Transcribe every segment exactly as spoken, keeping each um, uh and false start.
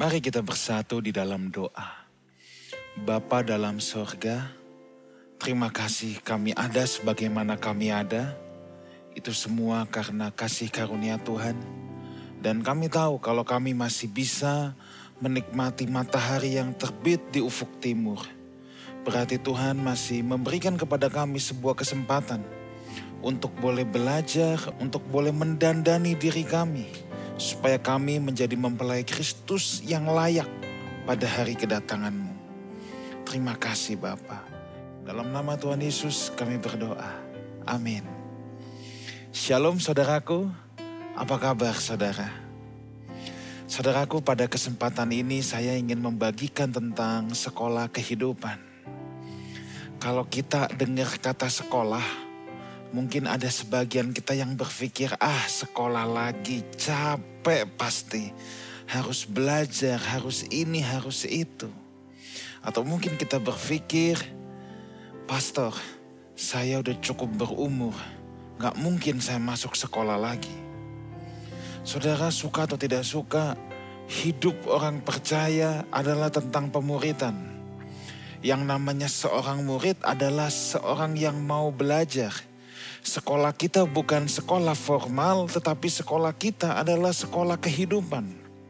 Mari kita bersatu di dalam doa. Bapa dalam sorga, terima kasih kami ada sebagaimana kami ada. Itu semua karena kasih karunia Tuhan. Dan kami tahu kalau kami masih bisa menikmati matahari yang terbit di ufuk timur. Berarti Tuhan masih memberikan kepada kami sebuah kesempatan untuk boleh belajar, untuk boleh mendandani diri kami. Supaya kami menjadi mempelai Kristus yang layak pada hari kedatangan-Mu. Terima kasih Bapa. Dalam nama Tuhan Yesus kami berdoa. Amin. Shalom saudaraku, apa kabar saudara? Saudaraku, pada kesempatan ini saya ingin membagikan tentang sekolah kehidupan. Kalau kita dengar kata sekolah, mungkin ada sebagian kita yang berpikir, ah sekolah lagi, capek pasti. Harus belajar, harus ini, harus itu. Atau mungkin kita berpikir, pastor, saya udah cukup berumur, gak mungkin saya masuk sekolah lagi. Saudara, suka atau tidak suka, hidup orang percaya adalah tentang pemuridan. Yang namanya seorang murid adalah seorang yang mau belajar. Sekolah kita bukan sekolah formal, tetapi sekolah kita adalah sekolah kehidupan.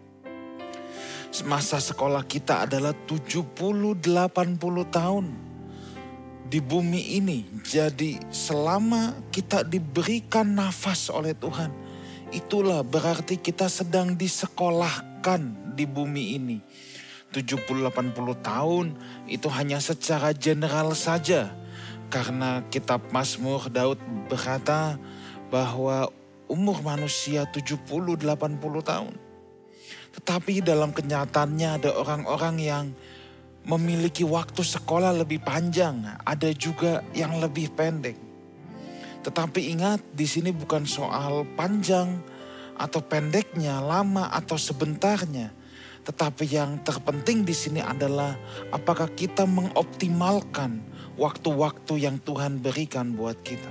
Masa sekolah kita adalah tujuh puluh sampai delapan puluh tahun di bumi ini. Jadi selama kita diberikan nafas oleh Tuhan, itulah berarti kita sedang disekolahkan di bumi ini. tujuh puluh sampai delapan puluh tahun itu hanya secara general saja. Karena kitab Mazmur Daud berkata bahwa umur manusia tujuh puluh sampai delapan puluh tahun. Tetapi dalam kenyataannya ada orang-orang yang memiliki waktu sekolah lebih panjang. Ada juga yang lebih pendek. Tetapi ingat, di sini bukan soal panjang atau pendeknya, lama atau sebentarnya. Tetapi yang terpenting di sini adalah apakah kita mengoptimalkan waktu-waktu yang Tuhan berikan buat kita.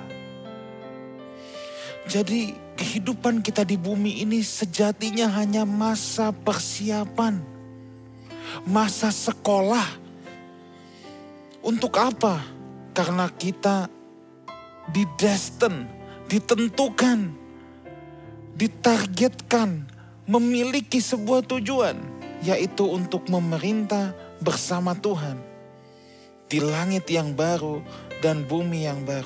Jadi kehidupan kita di bumi ini sejatinya hanya masa persiapan. Masa sekolah. Untuk apa? Karena kita didestin, ditentukan, ditargetkan, memiliki sebuah tujuan. Yaitu untuk memerintah bersama Tuhan. Di langit yang baru dan bumi yang baru.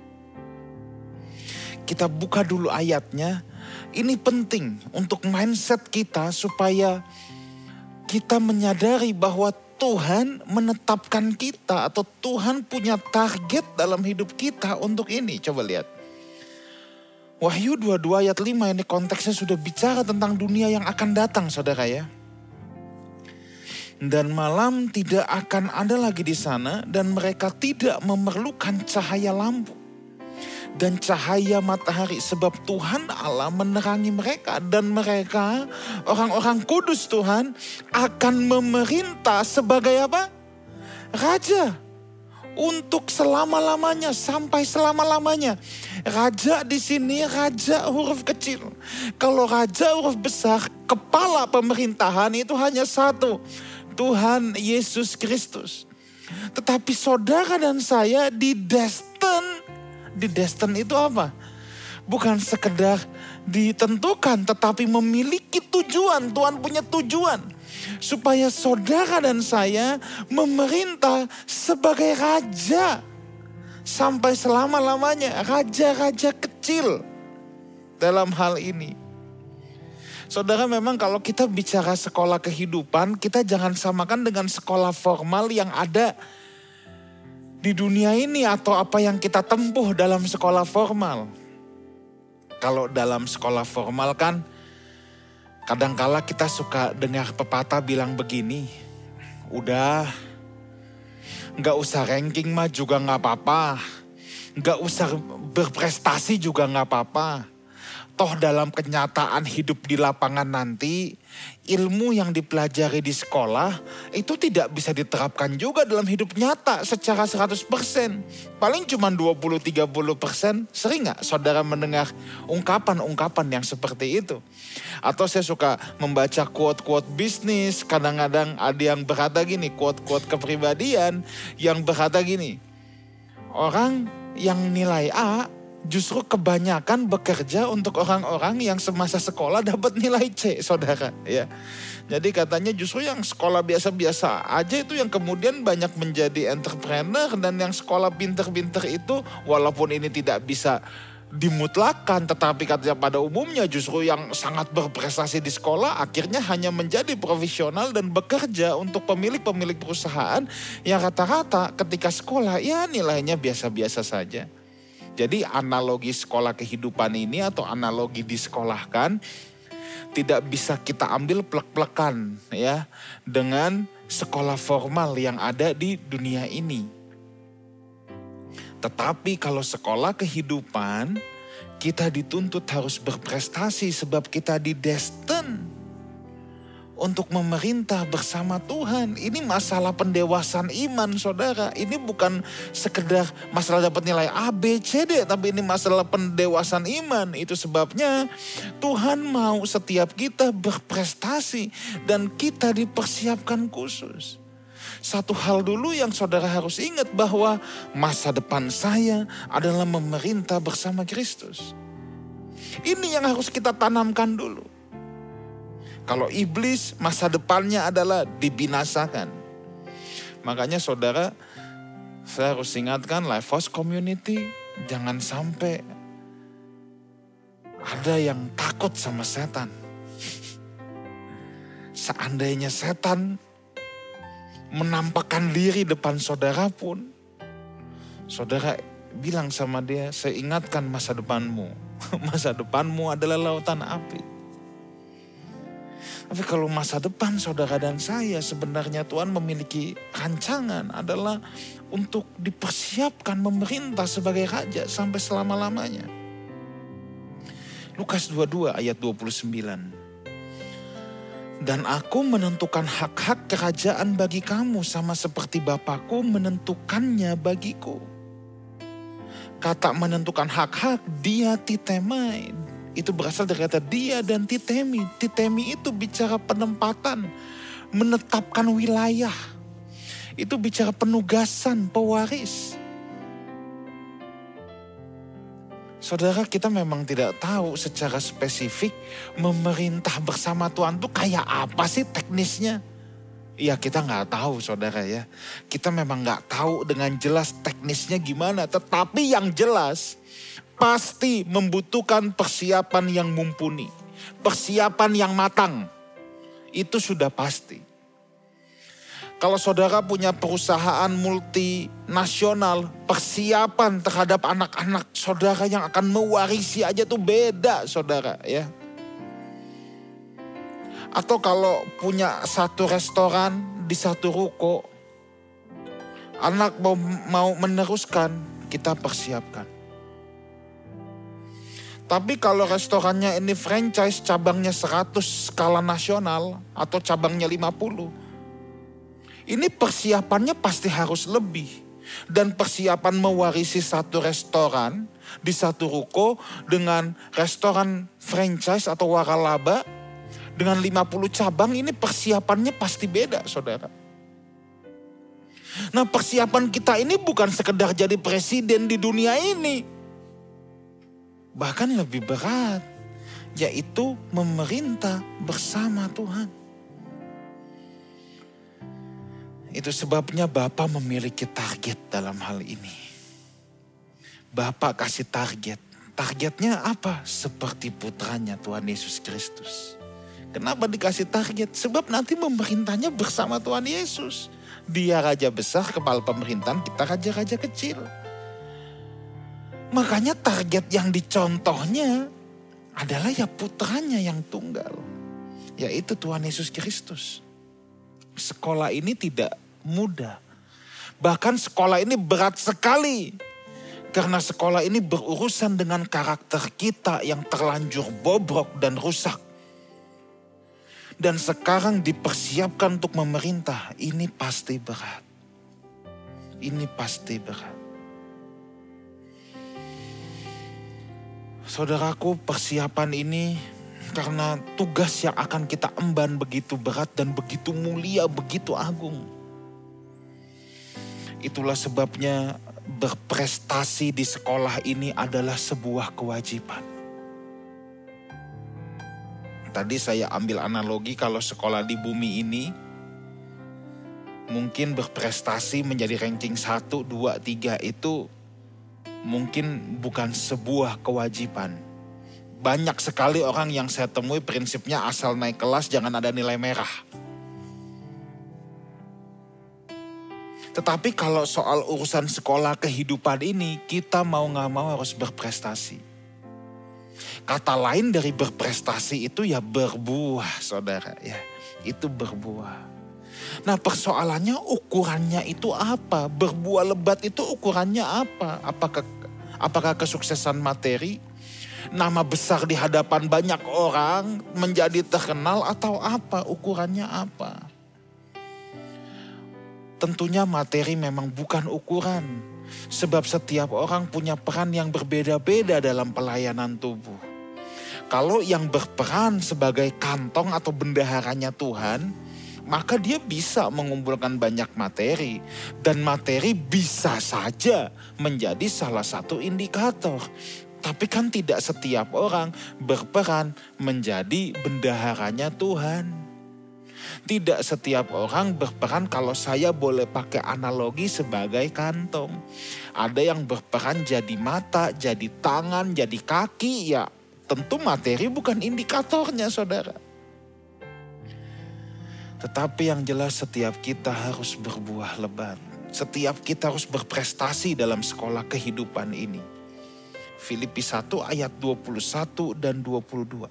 Kita buka dulu ayatnya. Ini penting untuk mindset kita supaya kita menyadari bahwa Tuhan menetapkan kita atau Tuhan punya target dalam hidup kita untuk ini. Coba lihat. Wahyu dua puluh dua ayat lima ini konteksnya sudah bicara tentang dunia yang akan datang saudara ya. Dan malam tidak akan ada lagi di sana dan mereka tidak memerlukan cahaya lampu dan cahaya matahari sebab Tuhan Allah menerangi mereka dan mereka orang-orang kudus Tuhan akan memerintah sebagai apa? Raja untuk selama-lamanya sampai selama-lamanya. Raja di sini raja huruf kecil. Kalau raja huruf besar, kepala pemerintahan itu hanya satu. Tuhan Yesus Kristus. Tetapi saudara dan saya didestin. Didestin itu apa? Bukan sekedar ditentukan tetapi memiliki tujuan. Tuhan punya tujuan. Supaya saudara dan saya memerintah sebagai raja. Sampai selama-lamanya. Raja-raja kecil dalam hal ini. Saudara, memang kalau kita bicara sekolah kehidupan, kita jangan samakan dengan sekolah formal yang ada di dunia ini atau apa yang kita tempuh dalam sekolah formal. Kalau dalam sekolah formal kan, kadangkala kita suka dengar pepatah bilang begini, udah gak usah ranking mah juga gak apa-apa, gak usah berprestasi juga gak apa-apa. Toh dalam kenyataan hidup di lapangan nanti, ilmu yang dipelajari di sekolah itu tidak bisa diterapkan juga dalam hidup nyata secara seratus persen. Paling cuma dua puluh sampai tiga puluh persen. Sering gak saudara mendengar ungkapan-ungkapan yang seperti itu? Atau saya suka membaca quote-quote bisnis, kadang-kadang ada yang berkata gini, quote-quote kepribadian yang berkata gini, orang yang nilai A justru kebanyakan bekerja untuk orang-orang yang semasa sekolah dapat nilai C, saudara. Ya, jadi katanya justru yang sekolah biasa-biasa aja itu yang kemudian banyak menjadi entrepreneur, dan yang sekolah pinter-pinter itu walaupun ini tidak bisa dimutlakan, tetapi katanya pada umumnya justru yang sangat berprestasi di sekolah akhirnya hanya menjadi profesional dan bekerja untuk pemilik-pemilik perusahaan yang rata-rata ketika sekolah ya nilainya biasa-biasa saja. Jadi analogi sekolah kehidupan ini atau analogi disekolahkan tidak bisa kita ambil plek-plekan ya dengan sekolah formal yang ada di dunia ini. Tetapi kalau sekolah kehidupan, kita dituntut harus berprestasi sebab kita didestin untuk memerintah bersama Tuhan. Ini masalah pendewasaan iman, saudara. Ini bukan sekedar masalah dapat nilai A, B, C, D, tapi ini masalah pendewasaan iman. Itu sebabnya Tuhan mau setiap kita berprestasi dan kita dipersiapkan khusus. Satu hal dulu yang saudara harus ingat bahwa masa depan saya adalah memerintah bersama Kristus. Ini yang harus kita tanamkan dulu. Kalau iblis masa depannya adalah dibinasakan. Makanya saudara, saya harus ingatkan Life House Community, jangan sampai ada yang takut sama setan. Seandainya setan menampakkan diri depan saudara pun, saudara bilang sama dia, saya ingatkan masa depanmu. Masa depanmu adalah lautan api. Tapi kalau masa depan saudara dan saya sebenarnya Tuhan memiliki rancangan adalah untuk dipersiapkan memerintah sebagai raja sampai selama-lamanya. Lukas dua puluh dua ayat dua puluh sembilan. Dan aku menentukan hak-hak kerajaan bagi kamu sama seperti Bapakku menentukannya bagiku. Kata menentukan hak-hak, dia titemai. Itu berasal dari kata dia dan titemi. Titemi itu bicara penempatan, menetapkan wilayah. Itu bicara penugasan, pewaris. Saudara, kita memang tidak tahu secara spesifik memerintah bersama Tuhan itu kayak apa sih teknisnya. Ya kita gak tahu saudara ya. Kita memang gak tahu dengan jelas teknisnya gimana. Tetapi yang jelas pasti membutuhkan persiapan yang mumpuni. Persiapan yang matang. Itu sudah pasti. Kalau saudara punya perusahaan multinasional, persiapan terhadap anak-anak saudara yang akan mewarisi aja tuh beda saudara ya. Atau kalau punya satu restoran di satu ruko, anak mau, mau meneruskan, kita persiapkan. Tapi kalau restorannya ini franchise cabangnya seratus skala nasional atau cabangnya lima puluh. Ini persiapannya pasti harus lebih. Dan persiapan mewarisi satu restoran di satu ruko dengan restoran franchise atau waralaba dengan lima puluh cabang, ini persiapannya pasti beda saudara. Nah persiapan kita ini bukan sekedar jadi presiden di dunia ini. Bahkan lebih berat, yaitu memerintah bersama Tuhan. Itu sebabnya Bapa memiliki target dalam hal ini. Bapa kasih target. Targetnya apa? Seperti putranya Tuhan Yesus Kristus. Kenapa dikasih target? Sebab nanti memerintahnya bersama Tuhan Yesus. Dia raja besar, kepala pemerintahan, kita raja-raja kecil. Makanya target yang dicontohnya adalah ya putranya yang tunggal. Yaitu Tuhan Yesus Kristus. Sekolah ini tidak mudah. Bahkan sekolah ini berat sekali. Karena sekolah ini berurusan dengan karakter kita yang terlanjur bobrok dan rusak. Dan sekarang dipersiapkan untuk memerintah, ini pasti berat. Ini pasti berat. Saudaraku, persiapan ini karena tugas yang akan kita emban begitu berat dan begitu mulia, begitu agung. Itulah sebabnya berprestasi di sekolah ini adalah sebuah kewajiban. Tadi saya ambil analogi kalau sekolah di bumi ini mungkin berprestasi menjadi ranking satu, dua, tiga itu mungkin bukan sebuah kewajiban. Banyak sekali orang yang saya temui prinsipnya asal naik kelas jangan ada nilai merah. Tetapi kalau soal urusan sekolah kehidupan ini, kita mau gak mau harus berprestasi. Kata lain dari berprestasi itu ya berbuah, saudara. Ya, itu berbuah. Nah, persoalannya ukurannya itu apa? Berbuah lebat itu ukurannya apa? Apakah, apakah kesuksesan materi? Nama besar di hadapan banyak orang, menjadi terkenal atau apa? Ukurannya apa? Tentunya materi memang bukan ukuran. Sebab setiap orang punya peran yang berbeda-beda dalam pelayanan tubuh. Kalau yang berperan sebagai kantong atau bendaharanya Tuhan, maka dia bisa mengumpulkan banyak materi. Dan materi bisa saja menjadi salah satu indikator. Tapi kan tidak setiap orang berperan menjadi bendaharanya Tuhan. Tidak setiap orang berperan kalau saya boleh pakai analogi sebagai kantong. Ada yang berperan jadi mata, jadi tangan, jadi kaki. Ya tentu materi bukan indikatornya, saudara. Tetapi yang jelas setiap kita harus berbuah lebat. Setiap kita harus berprestasi dalam sekolah kehidupan ini. Filipi satu ayat dua puluh satu dan dua puluh dua.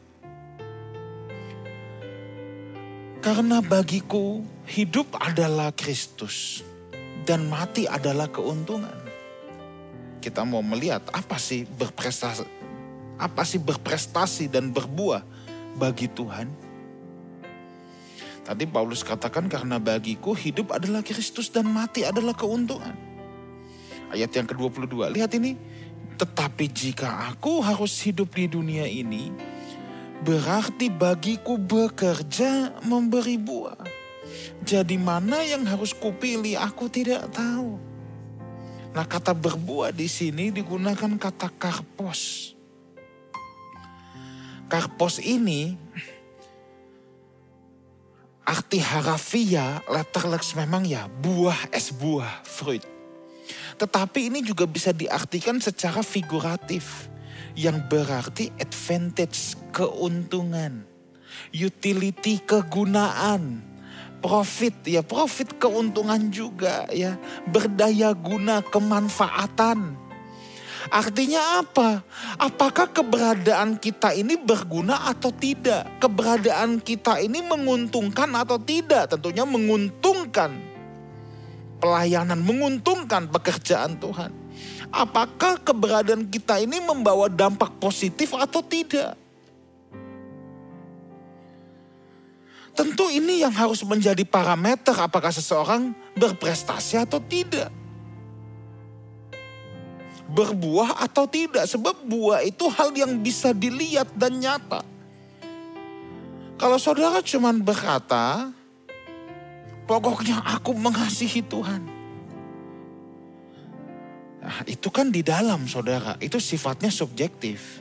Karena bagiku hidup adalah Kristus dan mati adalah keuntungan. Kita mau melihat apa sih berprestasi, apa sih berprestasi dan berbuah bagi Tuhan. Tadi Paulus katakan karena bagiku hidup adalah Kristus dan mati adalah keuntungan. Ayat yang ke dua puluh dua, lihat ini. Tetapi jika aku harus hidup di dunia ini, berarti bagiku bekerja memberi buah. Jadi mana yang harus kupilih aku tidak tahu. Nah, kata berbuah di sini digunakan kata karpos. Karpos ini arti harafiah letterleks memang ya buah, es buah, fruit. Tetapi ini juga bisa diartikan secara figuratif. Yang berarti advantage, keuntungan, utility, kegunaan, profit, ya profit keuntungan juga ya, berdaya guna, kemanfaatan. Artinya apa? Apakah keberadaan kita ini berguna atau tidak? Keberadaan kita ini menguntungkan atau tidak? Tentunya menguntungkan. Pelayanan menguntungkan pekerjaan Tuhan. Apakah keberadaan kita ini membawa dampak positif atau tidak? Tentu ini yang harus menjadi parameter apakah seseorang berprestasi atau tidak. Berbuah atau tidak. Sebab buah itu hal yang bisa dilihat dan nyata. Kalau saudara cuma berkata, pokoknya aku mengasihi Tuhan. Nah, itu kan di dalam, saudara. Itu sifatnya subjektif.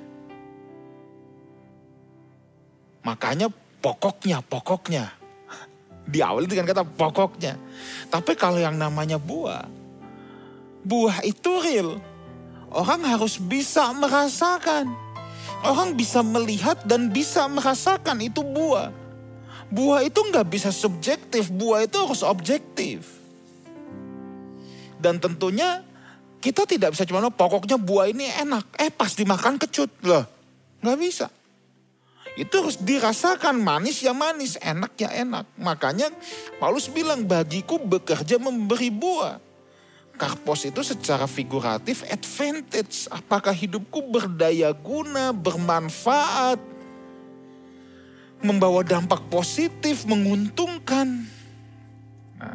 Makanya pokoknya, pokoknya. Diawali dengan kata pokoknya. Tapi kalau yang namanya buah, buah itu real. Orang harus bisa merasakan. Orang bisa melihat dan bisa merasakan itu buah. Buah itu nggak bisa subjektif, buah itu harus objektif. Dan tentunya kita tidak bisa cuma pokoknya buah ini enak. Eh pas dimakan kecut. Loh gak bisa. Itu harus dirasakan, manis ya manis, enak ya enak. Makanya Paulus bilang bagiku bekerja memberi buah. karpos itu secara figuratif advantage. Apakah hidupku berdaya guna, bermanfaat, membawa dampak positif, menguntungkan. Nah,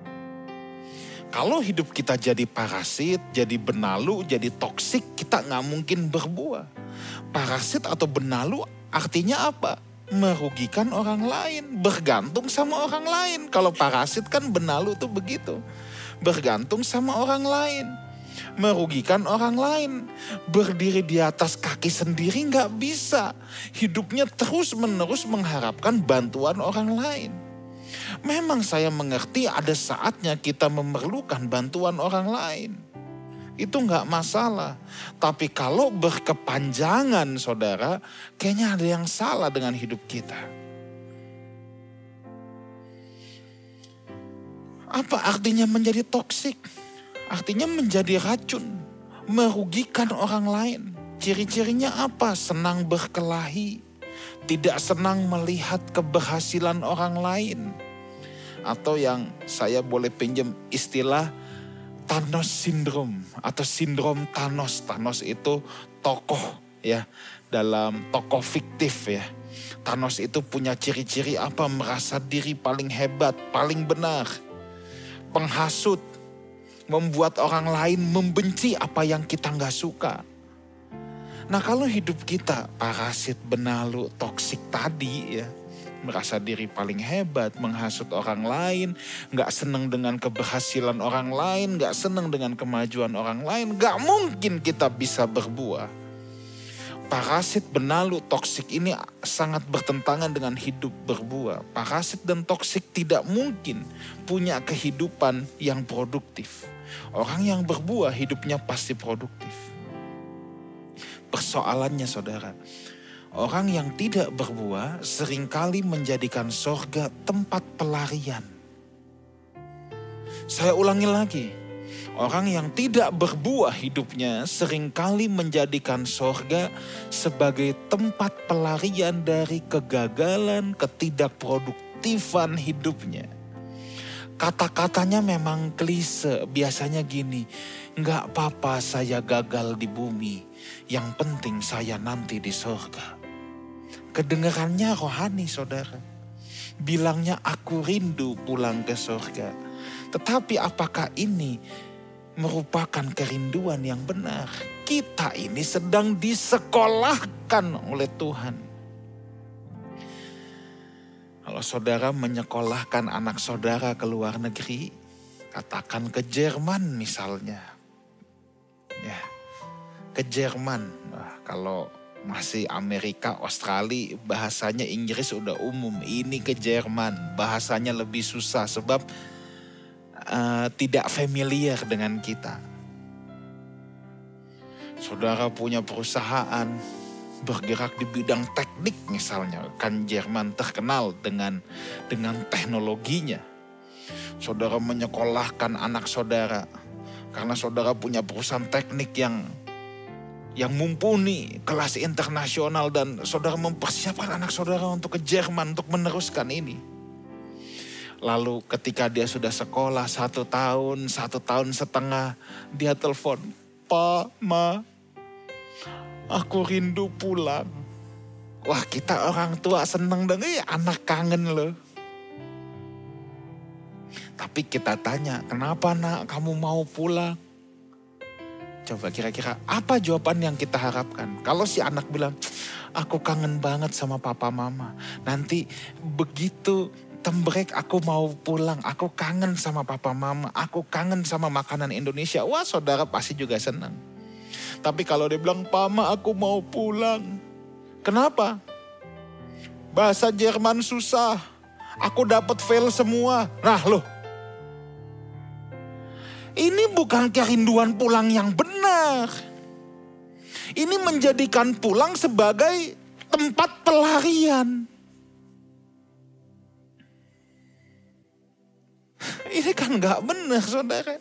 kalau hidup kita jadi parasit, jadi benalu, jadi toksik, kita nggak mungkin berbuah. Parasit atau benalu artinya apa? Merugikan orang lain, bergantung sama orang lain. Kalau parasit kan benalu tuh begitu. Bergantung sama orang lain, merugikan orang lain, berdiri di atas kaki sendiri nggak bisa, hidupnya terus menerus mengharapkan bantuan orang lain. Memang saya mengerti ada saatnya kita memerlukan bantuan orang lain, itu nggak masalah. Tapi kalau berkepanjangan saudara, kayaknya ada yang salah dengan hidup kita. Apa artinya menjadi toksik? Artinya menjadi racun, merugikan orang lain. Ciri-cirinya apa? Senang berkelahi, tidak senang melihat keberhasilan orang lain. Atau yang saya boleh pinjam istilah Thanos Syndrome atau sindrom Thanos. Thanos itu tokoh ya, dalam tokoh fiktif ya. Thanos itu punya ciri-ciri apa? Merasa diri paling hebat, paling benar. Penghasut, membuat orang lain membenci apa yang kita nggak suka. Nah kalau hidup kita parasit, benalu, toksik tadi ya, merasa diri paling hebat, menghasut orang lain, nggak senang dengan keberhasilan orang lain, nggak senang dengan kemajuan orang lain, nggak mungkin kita bisa berbuah. Parasit, benalu, toksik ini sangat bertentangan dengan hidup berbuah. Parasit dan toksik tidak mungkin punya kehidupan yang produktif. Orang yang berbuah hidupnya pasti produktif. Persoalannya saudara, orang yang tidak berbuah seringkali menjadikan sorga tempat pelarian. Saya ulangi lagi. Orang yang tidak berbuah hidupnya seringkali menjadikan sorga sebagai tempat pelarian dari kegagalan, ketidakproduktifan hidupnya. Kata-katanya memang klise, biasanya gini, nggak apa-apa saya gagal di bumi, yang penting saya nanti di sorga. Kedengarannya rohani saudara, bilangnya aku rindu pulang ke sorga. Tetapi apakah ini merupakan kerinduan yang benar? Kita ini sedang disekolahkan oleh Tuhan. Kalau saudara menyekolahkan anak saudara ke luar negeri, katakan ke Jerman misalnya. Ya, ke Jerman. Nah, kalau masih Amerika, Australia, bahasanya Inggris udah umum. Ini ke Jerman, bahasanya lebih susah sebab Uh, tidak familiar dengan kita. Saudara punya perusahaan bergerak di bidang teknik misalnya, kan Jerman terkenal dengan dengan teknologinya. Saudara menyekolahkan anak saudara karena saudara punya perusahaan teknik yang yang mumpuni, kelas internasional, dan saudara mempersiapkan anak saudara untuk ke Jerman untuk meneruskan ini. Lalu ketika dia sudah sekolah satu tahun, satu tahun setengah, dia telepon, Pak, Ma, aku rindu pulang. Wah, kita orang tua seneng dong, eh, anak kangen loh. Tapi kita tanya, kenapa nak kamu mau pulang? Coba kira-kira apa jawaban yang kita harapkan? Kalau si anak bilang, aku kangen banget sama papa mama. Nanti begitu tembrek aku mau pulang, aku kangen sama papa mama, aku kangen sama makanan Indonesia. Wah, saudara pasti juga senang. Tapi kalau dia bilang, Pama aku mau pulang. Kenapa? Bahasa Jerman susah, aku dapat fail semua. Nah loh, ini bukan kerinduan pulang yang benar. Ini menjadikan pulang sebagai tempat pelarian. Ini kan gak benar saudara.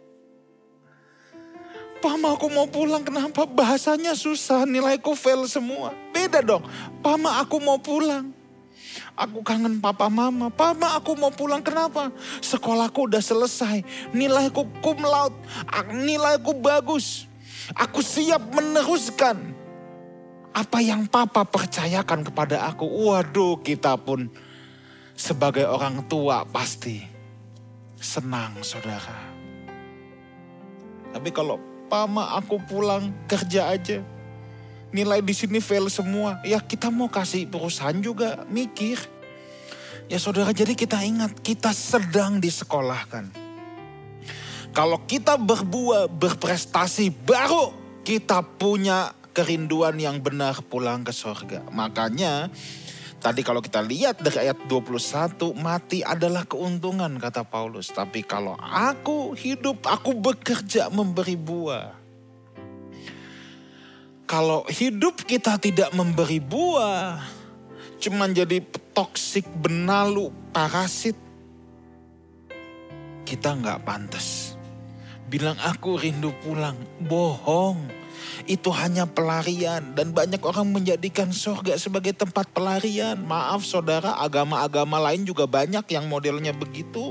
Pama aku mau pulang, kenapa? Bahasanya susah, nilaiku fail semua. Beda dong, Pama aku mau pulang. Aku kangen papa mama. Papa, aku mau pulang. Kenapa? Sekolahku udah selesai. Nilaiku cum laude. Nilaiku bagus. Aku siap meneruskan apa yang papa percayakan kepada aku. Waduh, kita pun sebagai orang tua pasti senang, saudara. Tapi kalau pama aku pulang kerja aja, nilai di sini fail semua. Ya kita mau kasih perusahaan juga mikir. Ya saudara, jadi kita ingat kita sedang disekolahkan. Kalau kita berbuah, berprestasi, baru kita punya kerinduan yang benar pulang ke surga. Makanya tadi kalau kita lihat dari ayat dua puluh satu, mati adalah keuntungan kata Paulus. Tapi kalau aku hidup, aku bekerja memberi buah. Kalau hidup kita tidak memberi buah, cuman jadi toksik, benalu, parasit, kita nggak pantas. Bilang aku rindu pulang, bohong. Itu hanya pelarian dan banyak orang menjadikan surga sebagai tempat pelarian. Maaf saudara, agama-agama lain juga banyak yang modelnya begitu.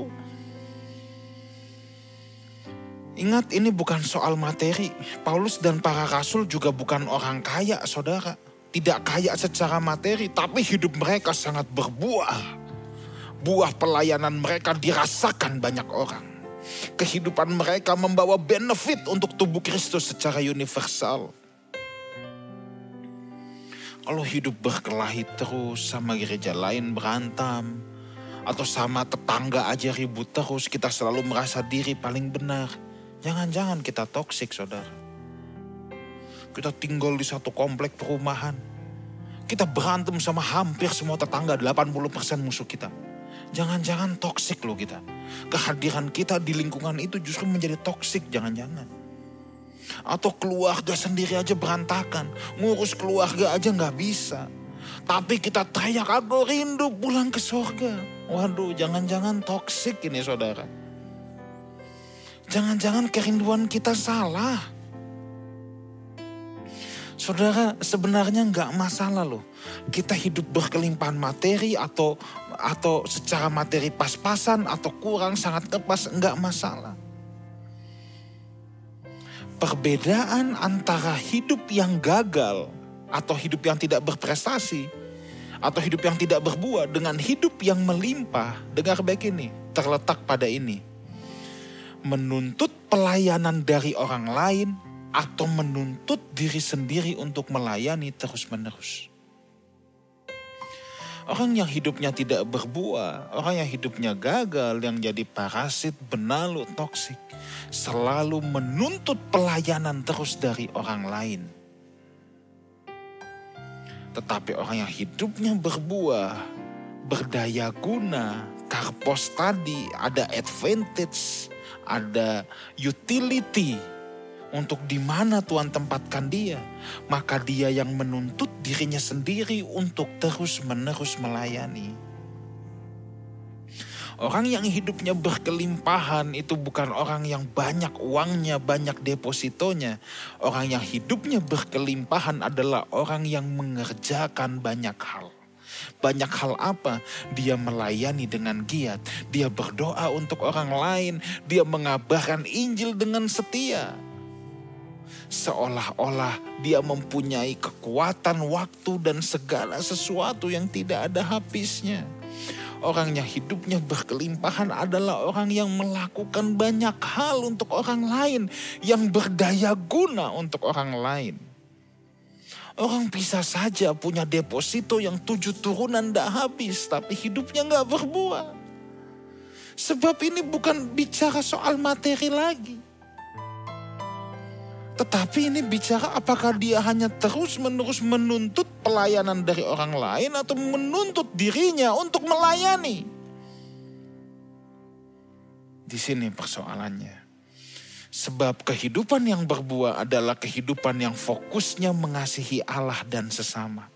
Ingat, ini bukan soal materi. Paulus dan para rasul juga bukan orang kaya, saudara. Tidak kaya secara materi, tapi hidup mereka sangat berbuah. Buah pelayanan mereka dirasakan banyak orang. Kehidupan mereka membawa benefit untuk tubuh Kristus secara universal. Kalau hidup berkelahi terus, sama gereja lain berantem, atau sama tetangga aja ribut terus, kita selalu merasa diri paling benar. Jangan-jangan kita toksik, saudara. Kita tinggal di satu komplek perumahan. Kita berantem sama hampir semua tetangga, delapan puluh persen musuh kita. Jangan-jangan toksik loh kita. Kehadiran kita di lingkungan itu justru menjadi toksik, jangan-jangan. Atau keluarga sendiri aja berantakan. Ngurus keluarga aja gak bisa. Tapi kita teriak, aku rindu pulang ke surga. Waduh, jangan-jangan toksik ini saudara. Jangan-jangan kerinduan kita salah. Saudara, sebenarnya nggak masalah loh. Kita hidup berkelimpahan materi atau atau secara materi pas-pasan atau kurang sangat kepas, nggak masalah. Perbedaan antara hidup yang gagal atau hidup yang tidak berprestasi atau hidup yang tidak berbuah dengan hidup yang melimpah, dengar baik ini, terletak pada ini. Menuntut pelayanan dari orang lain atau menuntut diri sendiri untuk melayani terus-menerus. Orang yang hidupnya tidak berbuah, orang yang hidupnya gagal, yang jadi parasit, benalu, toksik, selalu menuntut pelayanan terus dari orang lain. Tetapi orang yang hidupnya berbuah, berdaya guna, karpos tadi, ada advantage, ada utility untuk di mana Tuhan tempatkan dia. Maka dia yang menuntut dirinya sendiri untuk terus-menerus melayani. Orang yang hidupnya berkelimpahan itu bukan orang yang banyak uangnya, banyak depositonya. Orang yang hidupnya berkelimpahan adalah orang yang mengerjakan banyak hal. Banyak hal apa? Dia melayani dengan giat. Dia berdoa untuk orang lain. Dia mengabarkan Injil dengan setia. Seolah-olah dia mempunyai kekuatan, waktu, dan segala sesuatu yang tidak ada habisnya. Orang yang hidupnya berkelimpahan adalah orang yang melakukan banyak hal untuk orang lain. Yang berdaya guna untuk orang lain. Orang bisa saja punya deposito yang tujuh turunan tidak habis, tapi hidupnya nggak berbuah. Sebab ini bukan bicara soal materi lagi. Tetapi ini bicara apakah dia hanya terus-menerus menuntut pelayanan dari orang lain atau menuntut dirinya untuk melayani. Di sini persoalannya. Sebab kehidupan yang berbuah adalah kehidupan yang fokusnya mengasihi Allah dan sesama.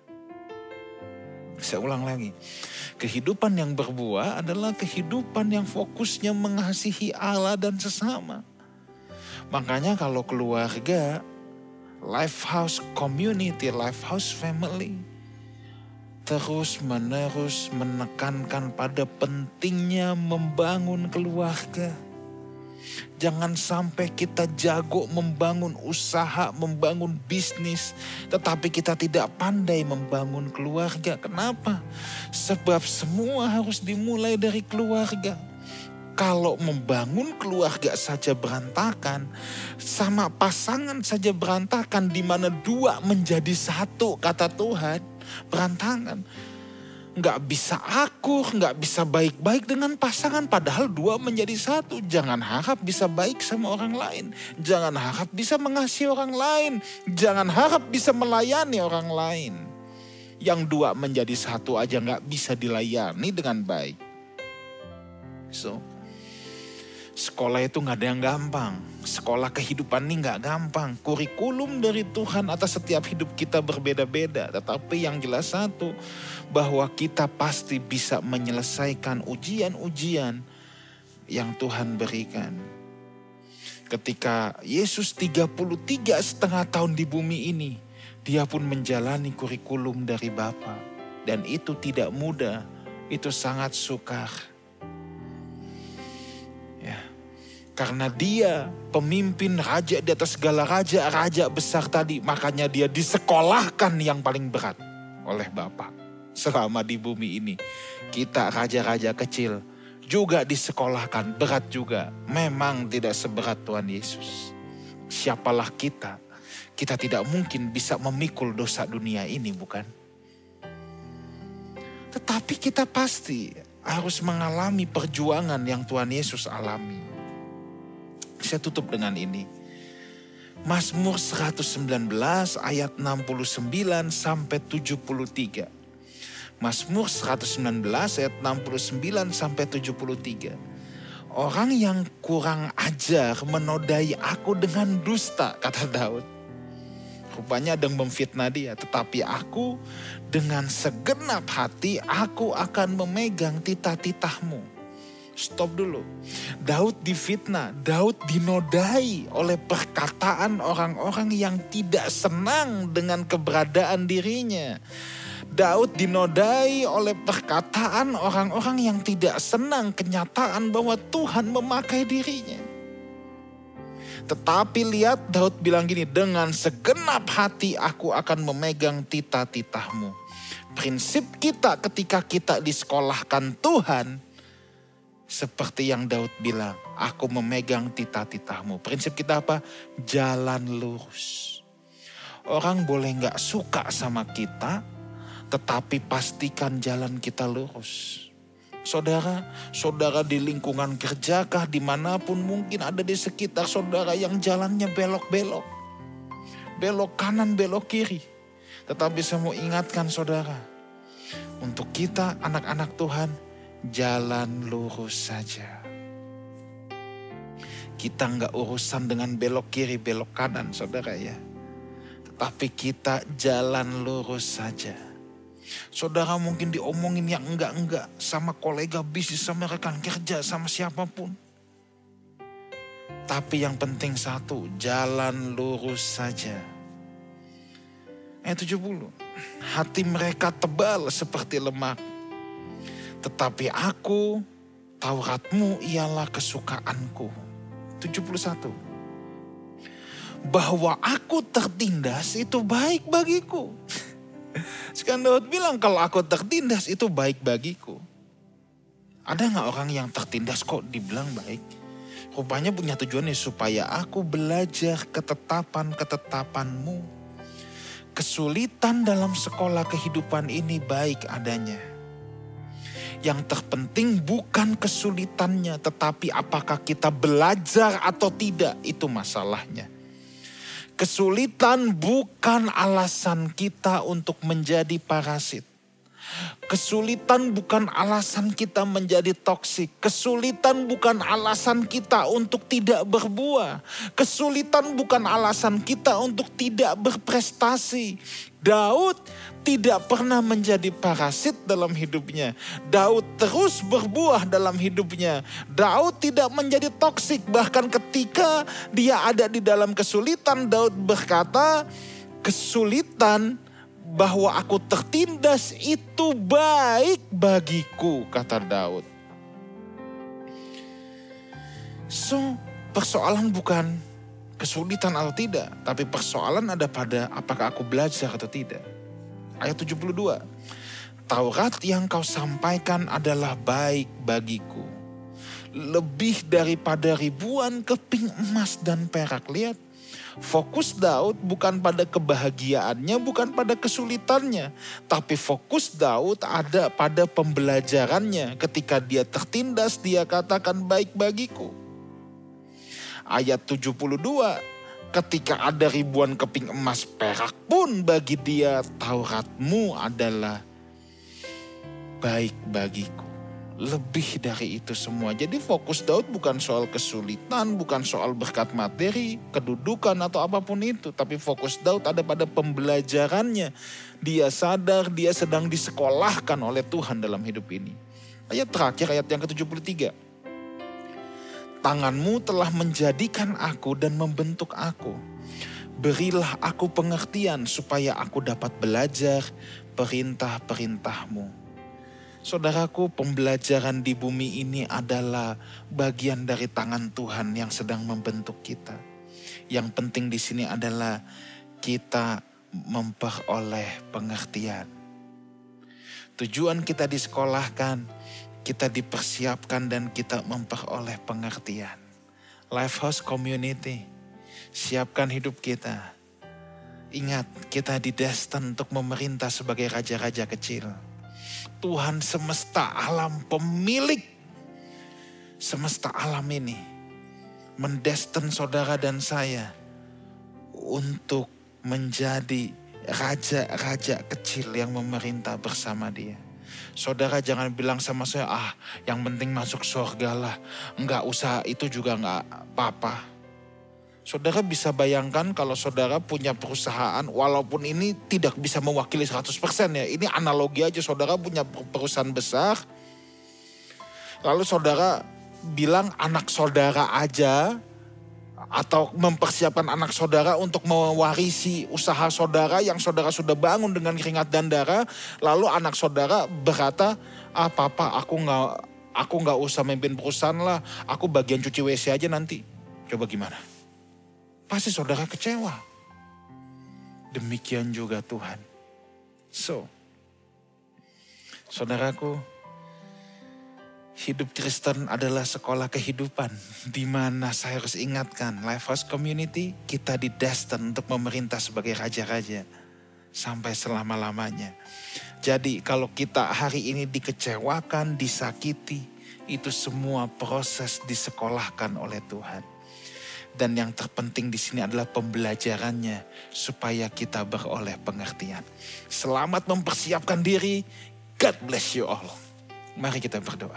Saya ulang lagi. Kehidupan yang berbuah adalah kehidupan yang fokusnya mengasihi Allah dan sesama. Makanya kalau keluarga, Lifehouse community, Lifehouse family, terus-menerus menekankan pada pentingnya membangun keluarga. Jangan sampai kita jago membangun usaha, membangun bisnis, tetapi kita tidak pandai membangun keluarga. Kenapa? Sebab semua harus dimulai dari keluarga. Kalau membangun keluarga saja berantakan, sama pasangan saja berantakan, di mana dua menjadi satu, kata Tuhan, berantakan. Nggak bisa akur, nggak bisa baik-baik dengan pasangan, padahal dua menjadi satu. Jangan harap bisa baik sama orang lain. Jangan harap bisa mengasihi orang lain. Jangan harap bisa melayani orang lain. Yang dua menjadi satu aja nggak bisa dilayani dengan baik. So, sekolah itu nggak ada yang gampang. Sekolah kehidupan ini nggak gampang. Kurikulum dari Tuhan atas setiap hidup kita berbeda-beda. Tetapi yang jelas satu, bahwa kita pasti bisa menyelesaikan ujian-ujian yang Tuhan berikan. Ketika Yesus tiga puluh tiga setengah tahun di bumi ini, dia pun menjalani kurikulum dari Bapa. Dan itu tidak mudah, itu sangat sukar. Karena dia pemimpin raja di atas segala raja, raja besar tadi. Makanya dia disekolahkan yang paling berat oleh Bapa. Selama di bumi ini. Kita raja-raja kecil juga disekolahkan, berat juga. Memang tidak seberat Tuhan Yesus. Siapalah kita? Kita tidak mungkin bisa memikul dosa dunia ini, bukan? Tetapi kita pasti harus mengalami perjuangan yang Tuhan Yesus alami. Saya tutup dengan ini. Mazmur seratus sembilan belas ayat enam puluh sembilan sampai tujuh puluh tiga. Mazmur seratus sembilan belas ayat enam puluh sembilan sampai tujuh puluh tiga. Orang yang kurang ajar menodai aku dengan dusta, kata Daud. Rupanya ada yang memfitnah dia. Tetapi aku dengan segenap hati aku akan memegang titah-titahmu. Stop dulu. Daud difitnah, Daud dinodai oleh perkataan orang-orang yang tidak senang dengan keberadaan dirinya. Daud dinodai oleh perkataan orang-orang yang tidak senang kenyataan bahwa Tuhan memakai dirinya. Tetapi lihat Daud bilang gini, dengan segenap hati aku akan memegang titah-titahmu. Prinsip kita ketika kita disekolahkan Tuhan, seperti yang Daud bilang, aku memegang titah-titahmu. Prinsip kita apa? Jalan lurus. Orang boleh gak suka sama kita, tetapi pastikan jalan kita lurus. Saudara, saudara di lingkungan kerjakah, dimanapun mungkin ada di sekitar saudara yang jalannya belok-belok. Belok kanan, belok kiri. Tetapi saya mau ingatkan saudara, untuk kita anak-anak Tuhan, jalan lurus saja. Kita nggak urusan dengan belok kiri, belok kanan, saudara ya. Tetapi kita jalan lurus saja. Saudara mungkin diomongin yang enggak-enggak sama kolega bisnis, sama rekan kerja, sama siapapun. Tapi yang penting satu, jalan lurus saja. Ayat tujuh puluh. Hati mereka tebal seperti lemak. Tetapi aku, Tauratmu ialah kesukaanku. tujuh puluh satu. Bahwa aku tertindas itu baik bagiku. Sekarang Daud bilang kalau aku tertindas itu baik bagiku. Ada gak orang yang tertindas kok dibilang baik? Rupanya punya tujuannya supaya aku belajar ketetapan-ketetapanmu. Kesulitan dalam sekolah kehidupan ini baik adanya. Yang terpenting bukan kesulitannya, tetapi apakah kita belajar atau tidak, itu masalahnya. Kesulitan bukan alasan kita untuk menjadi parasit. Kesulitan bukan alasan kita menjadi toksik. Kesulitan bukan alasan kita untuk tidak berbuah. Kesulitan bukan alasan kita untuk tidak berprestasi. Daud tidak pernah menjadi parasit dalam hidupnya. Daud terus berbuah dalam hidupnya. Daud tidak menjadi toksik. Bahkan ketika dia ada di dalam kesulitan, Daud berkata, kesulitan bahwa aku tertindas itu baik bagiku, kata Daud. So, persoalan bukan kesulitan atau tidak, tapi persoalan ada pada apakah aku belajar atau tidak. Ayat tujuh puluh dua. Taurat yang kau sampaikan adalah baik bagiku, lebih daripada ribuan keping emas dan perak. Lihat, fokus Daud bukan pada kebahagiaannya, bukan pada kesulitannya. Tapi fokus Daud ada pada pembelajarannya. Ketika dia tertindas, dia katakan baik bagiku. Ayat tujuh puluh dua, ketika ada ribuan keping emas perak pun bagi dia, Tauratmu adalah baik bagiku. Lebih dari itu semua. Jadi fokus Daud bukan soal kesulitan, bukan soal berkat materi, kedudukan atau apapun itu. Tapi fokus Daud ada pada pembelajarannya. Dia sadar dia sedang disekolahkan oleh Tuhan dalam hidup ini. Ayat terakhir, ayat yang ke tujuh puluh tiga. Tanganmu telah menjadikan aku dan membentuk aku. Berilah aku pengertian supaya aku dapat belajar perintah-perintahmu. Saudaraku, pembelajaran di bumi ini adalah bagian dari tangan Tuhan yang sedang membentuk kita. Yang penting di sini adalah kita memperoleh pengertian. Tujuan kita disekolahkan, kita dipersiapkan dan kita memperoleh pengertian. Lifehouse Community, siapkan hidup kita. Ingat, kita didestin untuk memerintah sebagai raja-raja kecil. Tuhan semesta alam, pemilik semesta alam ini, mendestin saudara dan saya untuk menjadi raja-raja kecil yang memerintah bersama dia. Saudara jangan bilang sama saya, ah yang penting masuk surga lah, enggak usah itu juga enggak apa-apa. Saudara bisa bayangkan kalau saudara punya perusahaan, walaupun ini tidak bisa mewakili seratus persen ya. Ini analogi aja, saudara punya perusahaan besar. Lalu saudara bilang anak saudara aja, atau mempersiapkan anak saudara untuk mewarisi usaha saudara yang saudara sudah bangun dengan keringat dan darah. Lalu anak saudara berkata, ah papa aku gak, aku gak usah memimpin perusahaan lah, aku bagian cuci W C aja nanti. Coba gimana? Pasti saudara kecewa. Demikian juga Tuhan. So, saudaraku, hidup Kristen adalah sekolah kehidupan. Di mana saya harus ingatkan, Lifehouse Community, kita didestin untuk memerintah sebagai raja-raja. Sampai selama-lamanya. Jadi kalau kita hari ini dikecewakan, disakiti, itu semua proses disekolahkan oleh Tuhan. Dan yang terpenting di sini adalah pembelajarannya supaya kita beroleh pengertian. Selamat mempersiapkan diri. God bless you all. Mari kita berdoa.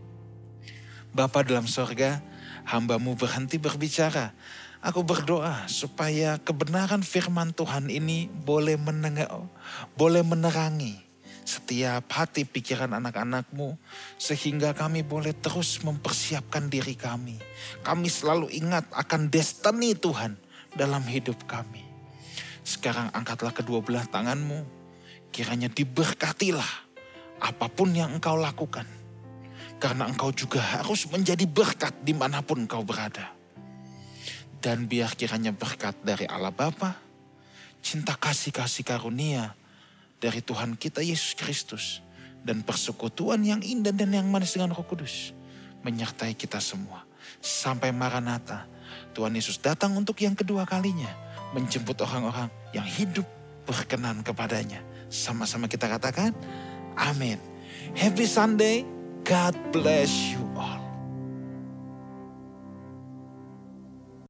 Bapa dalam sorga, hamba-Mu berhenti berbicara. Aku berdoa supaya kebenaran firman Tuhan ini boleh menengah, boleh menerangi setiap hati pikiran anak-anak-Mu, sehingga kami boleh terus mempersiapkan diri kami. Kami selalu ingat akan destiny Tuhan dalam hidup kami. Sekarang angkatlah kedua belah tangan-Mu, kiranya diberkatilah apapun yang Engkau lakukan. Karena Engkau juga harus menjadi berkat dimanapun Engkau berada. Dan biar kiranya berkat dari Allah Bapa, cinta kasih-kasih karunia dari Tuhan kita Yesus Kristus, dan persekutuan yang indah dan yang manis dengan Roh Kudus menyertai kita semua. Sampai Maranatha, Tuhan Yesus datang untuk yang kedua kalinya, menjemput orang-orang yang hidup berkenan kepadanya. Sama-sama kita katakan, amin. Happy Sunday, God bless you.